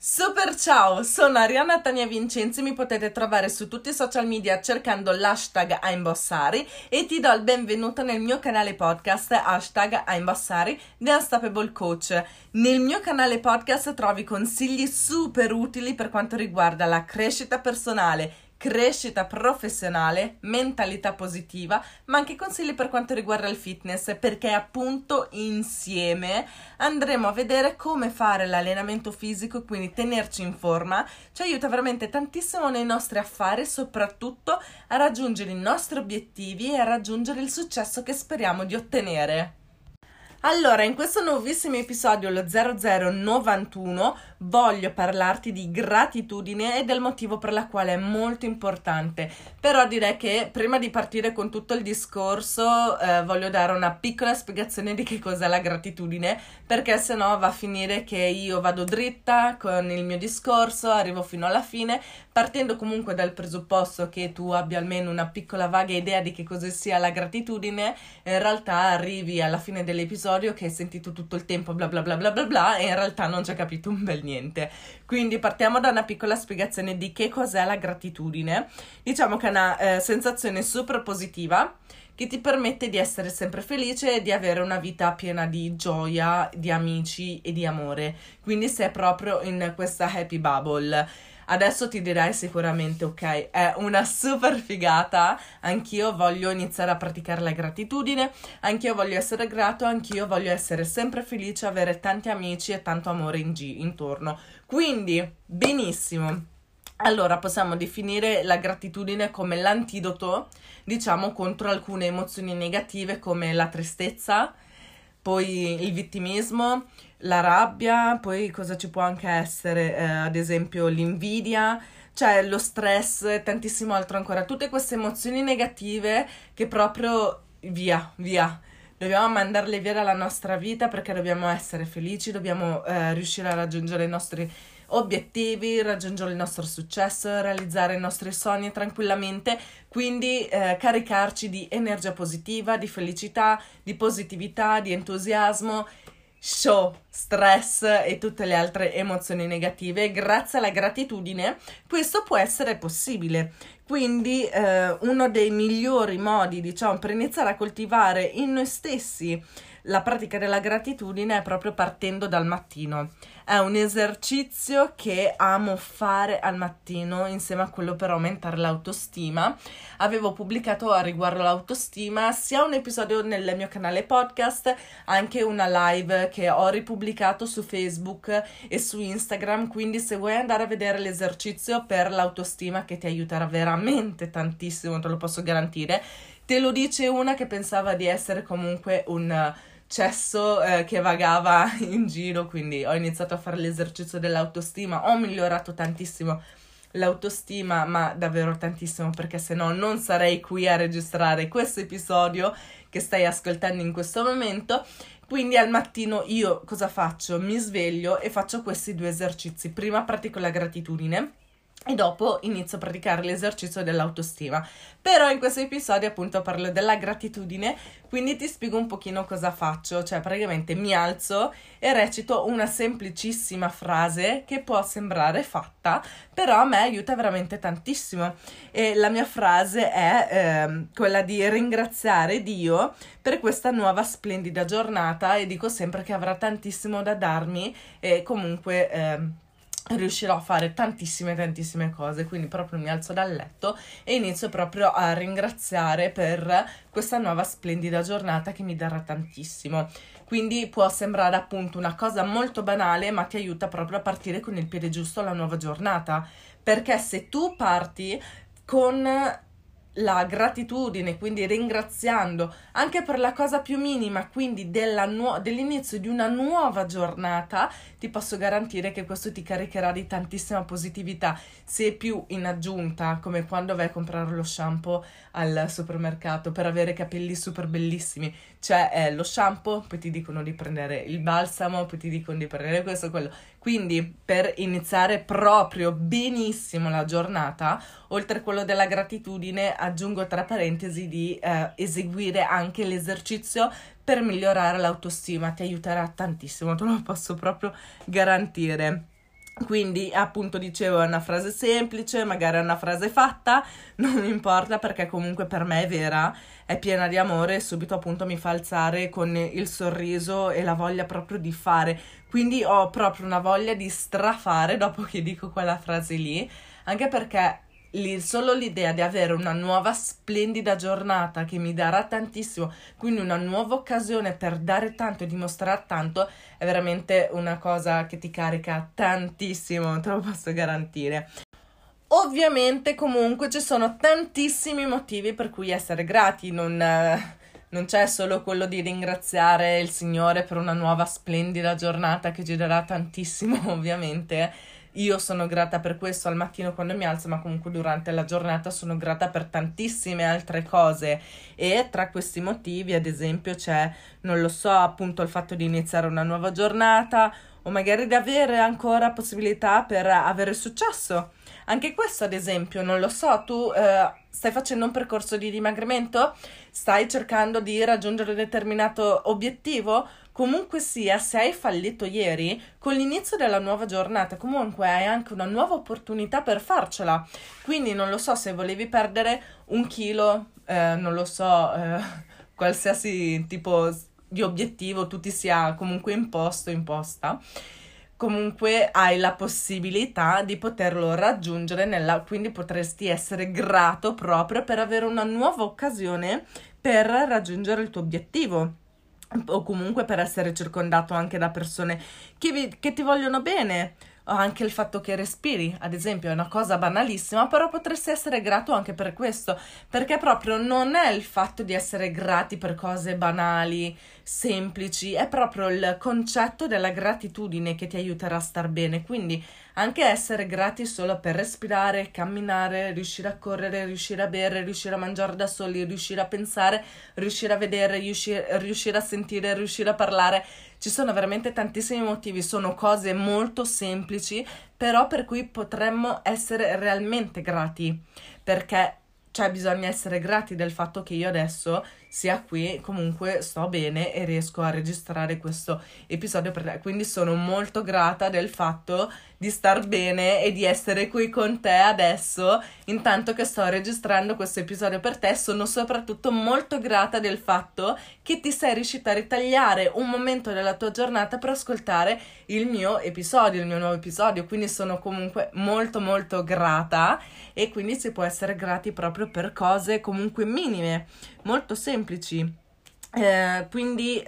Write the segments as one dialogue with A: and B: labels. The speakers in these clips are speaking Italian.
A: Super ciao, sono Arianna Tania Vincenzi, mi potete trovare su tutti i social media cercando l'hashtag Aimbossari e ti do il benvenuto nel mio canale podcast hashtag Aimbossari The Unstoppable Coach. Nel mio canale podcast trovi consigli super utili per quanto riguarda la crescita personale, crescita professionale, mentalità positiva, ma anche consigli per quanto riguarda il fitness, perché appunto insieme andremo a vedere come fare l'allenamento fisico, quindi tenerci in forma, ci aiuta veramente tantissimo nei nostri affari, soprattutto a raggiungere i nostri obiettivi e a raggiungere il successo che speriamo di ottenere. Allora, in questo nuovissimo episodio, lo 0091, voglio parlarti di gratitudine e del motivo per la quale è molto importante. Però direi che prima di partire con tutto il discorso voglio dare una piccola spiegazione di che cos'è la gratitudine, perché sennò va a finire che io vado dritta con il mio discorso, arrivo fino alla fine, partendo comunque dal presupposto che tu abbia almeno una piccola vaga idea di che cosa sia la gratitudine. In realtà arrivi alla fine dell'episodio che hai sentito tutto il tempo bla bla bla bla bla bla e in realtà non ci hai capito un bel niente. Quindi partiamo da una piccola spiegazione di che cos'è la gratitudine. Diciamo che è una sensazione super positiva che ti permette di essere sempre felice e di avere una vita piena di gioia, di amici e di amore. Quindi sei proprio in questa happy bubble. Adesso ti dirai sicuramente, ok, è una super figata, anch'io voglio iniziare a praticare la gratitudine, anch'io voglio essere grato, anch'io voglio essere sempre felice, avere tanti amici e tanto amore intorno. Quindi, benissimo. Allora, possiamo definire la gratitudine come l'antidoto, diciamo, contro alcune emozioni negative come la tristezza, poi il vittimismo, la rabbia, poi cosa ci può anche essere, ad esempio l'invidia, cioè lo stress e tantissimo altro ancora. Tutte queste emozioni negative che proprio via. Dobbiamo mandarle via dalla nostra vita perché dobbiamo essere felici, dobbiamo riuscire a raggiungere i nostri obiettivi, raggiungere il nostro successo, realizzare i nostri sogni tranquillamente, quindi caricarci di energia positiva, di felicità, di positività, di entusiasmo, stress e tutte le altre emozioni negative. Grazie alla gratitudine questo può essere possibile. Quindi uno dei migliori modi, diciamo, per iniziare a coltivare in noi stessi la pratica della gratitudine è proprio partendo dal mattino. È un esercizio che amo fare al mattino insieme a quello per aumentare l'autostima. Avevo pubblicato a riguardo l'autostima sia un episodio nel mio canale podcast, anche una live che ho ripubblicato su Facebook e su Instagram, quindi se vuoi andare a vedere l'esercizio per l'autostima che ti aiuterà veramente tantissimo, te lo posso garantire. Te lo dice una che pensava di essere comunque un cesso che vagava in giro, quindi ho iniziato a fare l'esercizio dell'autostima, ho migliorato tantissimo l'autostima, ma davvero tantissimo, perché se no non sarei qui a registrare questo episodio che stai ascoltando in questo momento. Quindi al mattino io cosa faccio? Mi sveglio e faccio questi due esercizi. Prima pratico la gratitudine e dopo inizio a praticare l'esercizio dell'autostima. Però in questo episodio appunto parlo della gratitudine, quindi ti spiego un pochino cosa faccio. Cioè praticamente mi alzo e recito una semplicissima frase che può sembrare fatta, però a me aiuta veramente tantissimo. E la mia frase è quella di ringraziare Dio per questa nuova splendida giornata, e dico sempre che avrà tantissimo da darmi e comunque riuscirò a fare tantissime cose. Quindi proprio mi alzo dal letto e inizio proprio a ringraziare per questa nuova splendida giornata che mi darà tantissimo. Quindi può sembrare appunto una cosa molto banale, ma ti aiuta proprio a partire con il piede giusto alla nuova giornata, perché se tu parti con la gratitudine, quindi ringraziando anche per la cosa più minima, quindi dell'inizio di una nuova giornata, ti posso garantire che questo ti caricherà di tantissima positività. Se più in aggiunta, come quando vai a comprare lo shampoo al supermercato per avere capelli super bellissimi, c'è lo shampoo, poi ti dicono di prendere il balsamo, poi ti dicono di prendere questo, quello. Quindi per iniziare proprio benissimo la giornata, oltre a quello della gratitudine, aggiungo tra parentesi di eseguire anche l'esercizio per migliorare l'autostima. Ti aiuterà tantissimo, te lo posso proprio garantire. Quindi appunto dicevo, è una frase semplice, magari è una frase fatta, non mi importa perché comunque per me è vera, è piena di amore e subito appunto mi fa alzare con il sorriso e la voglia proprio di fare. Quindi ho proprio una voglia di strafare dopo che dico quella frase lì, anche perché solo l'idea di avere una nuova splendida giornata che mi darà tantissimo, quindi una nuova occasione per dare tanto e dimostrare tanto, è veramente una cosa che ti carica tantissimo, te lo posso garantire. Ovviamente comunque ci sono tantissimi motivi per cui essere grati, non c'è solo quello di ringraziare il Signore per una nuova splendida giornata che ci darà tantissimo, ovviamente. Io sono grata per questo al mattino quando mi alzo, ma comunque durante la giornata sono grata per tantissime altre cose e tra questi motivi, ad esempio, c'è, non lo so, appunto il fatto di iniziare una nuova giornata o magari di avere ancora possibilità per avere successo. Anche questo, ad esempio, non lo so, tu stai facendo un percorso di dimagrimento? Stai cercando di raggiungere un determinato obiettivo? Comunque sia, se hai fallito ieri, con l'inizio della nuova giornata, comunque hai anche una nuova opportunità per farcela. Quindi, non lo so, se volevi perdere 1 chilo, non lo so, qualsiasi tipo di obiettivo tu ti sia comunque imposta, comunque hai la possibilità di poterlo raggiungere, quindi potresti essere grato proprio per avere una nuova occasione per raggiungere il tuo obiettivo o comunque per essere circondato anche da persone che ti vogliono bene. O anche il fatto che respiri, ad esempio, è una cosa banalissima, però potresti essere grato anche per questo, perché proprio non è il fatto di essere grati per cose banali, semplici, è proprio il concetto della gratitudine che ti aiuterà a star bene. Quindi anche essere grati solo per respirare, camminare, riuscire a correre, riuscire a bere, riuscire a mangiare da soli, riuscire a pensare, riuscire a vedere, riuscire a sentire, riuscire a parlare. Ci sono veramente tantissimi motivi, sono cose molto semplici, però per cui potremmo essere realmente grati, perché bisogna essere grati del fatto che io adesso sia qui, comunque sto bene e riesco a registrare questo episodio per te. Quindi sono molto grata del fatto di star bene e di essere qui con te adesso, intanto che sto registrando questo episodio per te. Sono soprattutto molto grata del fatto che ti sei riuscita a ritagliare un momento della tua giornata per ascoltare il mio nuovo episodio, quindi sono comunque molto molto grata e quindi si può essere grati proprio per cose comunque minime, molto semplici. Quindi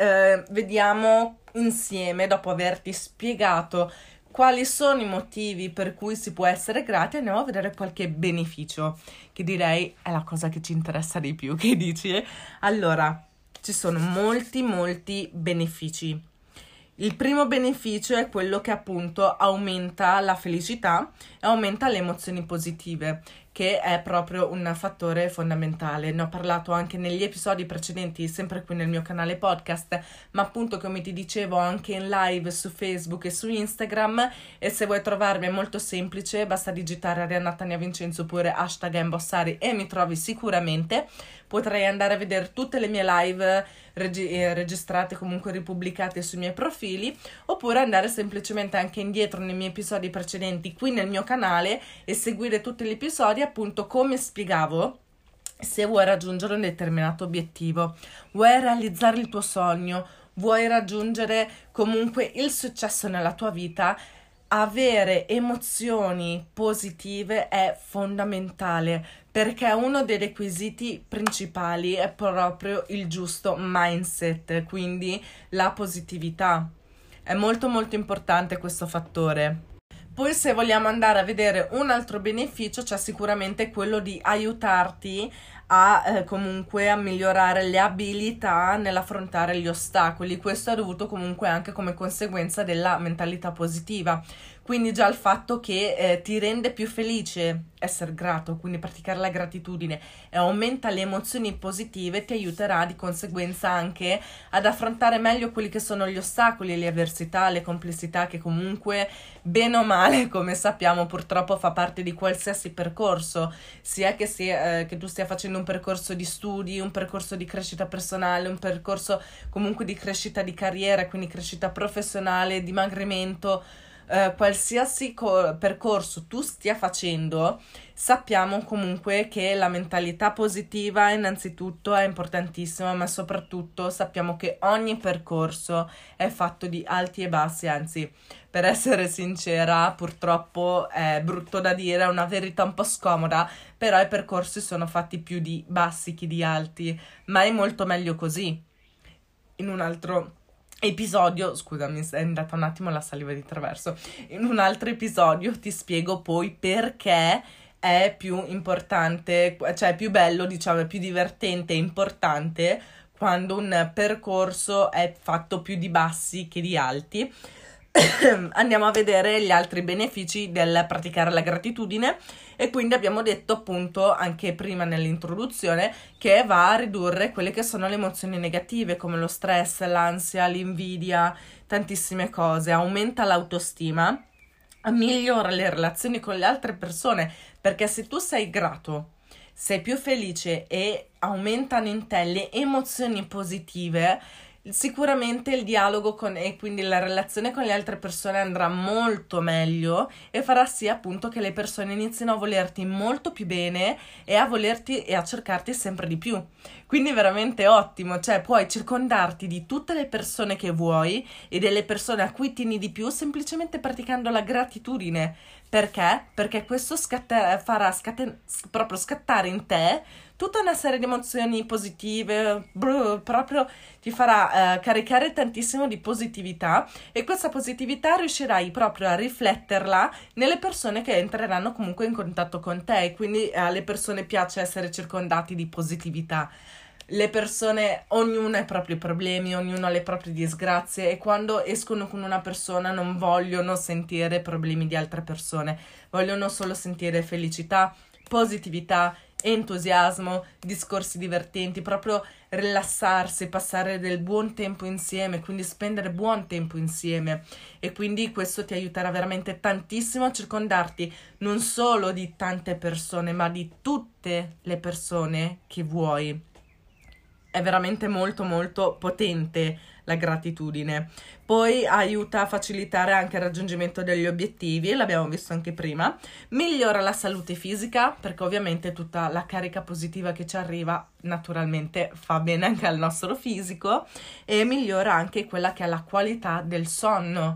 A: vediamo insieme, dopo averti spiegato quali sono i motivi per cui si può essere grati, andiamo a vedere qualche beneficio, che direi è la cosa che ci interessa di più. Che dici? Allora, ci sono molti benefici. Il primo beneficio è quello che appunto aumenta la felicità e aumenta le emozioni positive, che è proprio un fattore fondamentale. Ne ho parlato anche negli episodi precedenti, sempre qui nel mio canale podcast, ma appunto come ti dicevo anche in live su Facebook e su Instagram, e se vuoi trovarmi è molto semplice, basta digitare Arianna Tania Vincenzo oppure #Embossari e mi trovi sicuramente. Potrai andare a vedere tutte le mie live registrate, comunque ripubblicate sui miei profili, oppure andare semplicemente anche indietro nei miei episodi precedenti qui nel mio canale e seguire tutti gli episodi, appunto come spiegavo. Se vuoi raggiungere un determinato obiettivo, vuoi realizzare il tuo sogno, vuoi raggiungere comunque il successo nella tua vita, avere emozioni positive è fondamentale, perché uno dei requisiti principali è proprio il giusto mindset, quindi la positività. È molto importante questo fattore. Poi se vogliamo andare a vedere un altro beneficio, c'è sicuramente quello di aiutarti comunque a migliorare le abilità nell'affrontare gli ostacoli. Questo è dovuto comunque anche come conseguenza della mentalità positiva. Quindi già il fatto che ti rende più felice essere grato, quindi praticare la gratitudine e aumenta le emozioni positive, ti aiuterà di conseguenza anche ad affrontare meglio quelli che sono gli ostacoli, le avversità, le complessità che comunque bene o male, come sappiamo, purtroppo fa parte di qualsiasi percorso, sia che tu stia facendo un percorso di studi, un percorso di crescita personale, un percorso comunque di crescita di carriera, quindi crescita professionale, dimagrimento, qualsiasi percorso tu stia facendo, sappiamo comunque che la mentalità positiva innanzitutto è importantissima, ma soprattutto sappiamo che ogni percorso è fatto di alti e bassi, anzi, per essere sincera, purtroppo è brutto da dire, è una verità un po' scomoda, però i percorsi sono fatti più di bassi che di alti, ma è molto meglio così. In un altro episodio, scusami, è andata un attimo la saliva di traverso, in un altro episodio ti spiego poi perché è più importante, cioè più bello, diciamo, è più divertente e importante quando un percorso è fatto più di bassi che di alti. Andiamo a vedere gli altri benefici del praticare la gratitudine, e quindi abbiamo detto appunto anche prima nell'introduzione che va a ridurre quelle che sono le emozioni negative come lo stress, l'ansia, l'invidia, tantissime cose, aumenta l'autostima, migliora le relazioni con le altre persone, perché se tu sei grato, sei più felice e aumentano in te le emozioni positive, sicuramente il dialogo e quindi la relazione con le altre persone andrà molto meglio e farà sì appunto che le persone inizino a volerti molto più bene e a volerti e a cercarti sempre di più. Quindi veramente ottimo, cioè puoi circondarti di tutte le persone che vuoi e delle persone a cui tieni di più semplicemente praticando la gratitudine. Perché? Perché questo farà proprio scattare in te tutta una serie di emozioni positive, proprio ti farà caricare tantissimo di positività, e questa positività riuscirai proprio a rifletterla nelle persone che entreranno comunque in contatto con te, e quindi alle persone piace essere circondati di positività. Le persone, ognuno ha i propri problemi, ognuno ha le proprie disgrazie, e quando escono con una persona non vogliono sentire problemi di altre persone, vogliono solo sentire felicità, positività, entusiasmo, discorsi divertenti, proprio rilassarsi, passare del buon tempo insieme, quindi spendere buon tempo insieme, e quindi questo ti aiuterà veramente tantissimo a circondarti non solo di tante persone, ma di tutte le persone che vuoi. È veramente molto molto potente la gratitudine. Poi aiuta a facilitare anche il raggiungimento degli obiettivi, l'abbiamo visto anche prima. Migliora la salute fisica, perché ovviamente tutta la carica positiva che ci arriva naturalmente fa bene anche al nostro fisico, e migliora anche quella che è la qualità del sonno.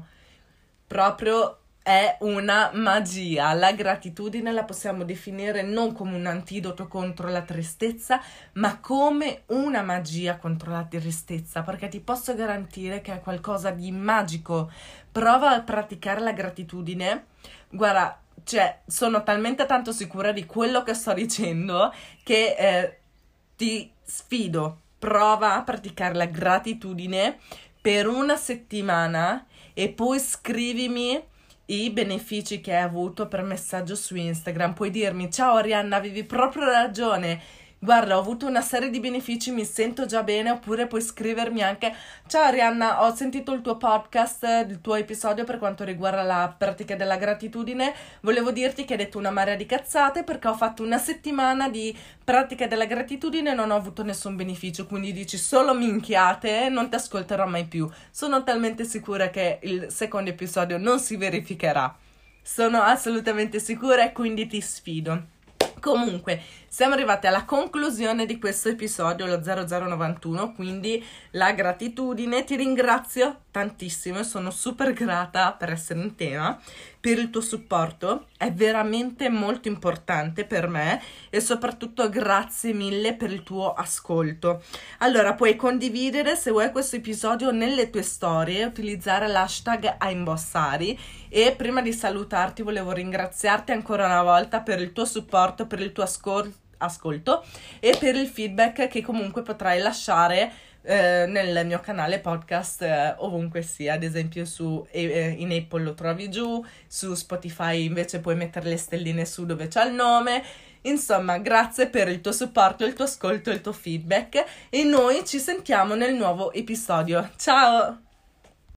A: Proprio è una magia. La gratitudine la possiamo definire non come un antidoto contro la tristezza, ma come una magia contro la tristezza, perché ti posso garantire che è qualcosa di magico. Prova a praticare la gratitudine. Guarda, cioè, sono talmente tanto sicura di quello che sto dicendo che ti sfido. Prova a praticare la gratitudine per una settimana e poi scrivimi i benefici che hai avuto per messaggio su Instagram. Puoi dirmi: ciao Arianna, avevi proprio ragione, guarda, ho avuto una serie di benefici, mi sento già bene. Oppure puoi scrivermi anche: ciao Arianna, ho sentito il tuo podcast, il tuo episodio per quanto riguarda la pratica della gratitudine, volevo dirti che hai detto una marea di cazzate perché ho fatto una settimana di pratica della gratitudine e non ho avuto nessun beneficio, quindi dici solo minchiate, non ti ascolterò mai più. Sono talmente sicura che il secondo episodio non si verificherà, sono assolutamente sicura, e quindi ti sfido. Comunque, siamo arrivati alla conclusione di questo episodio, lo 0091, quindi la gratitudine. Ti ringrazio tantissimo e sono super grata per essere in tema, per il tuo supporto, è veramente molto importante per me, e soprattutto grazie mille per il tuo ascolto. Allora, puoi condividere se vuoi questo episodio nelle tue storie, utilizzare l'hashtag Aimbossari. E prima di salutarti volevo ringraziarti ancora una volta per il tuo supporto, per il tuo ascolto e per il feedback che comunque potrai lasciare nel mio canale podcast, ovunque sia. Ad esempio in Apple lo trovi giù, su Spotify invece puoi mettere le stelline su dove c'è il nome. Insomma, grazie per il tuo supporto, il tuo ascolto e il tuo feedback, e noi ci sentiamo nel nuovo episodio. Ciao!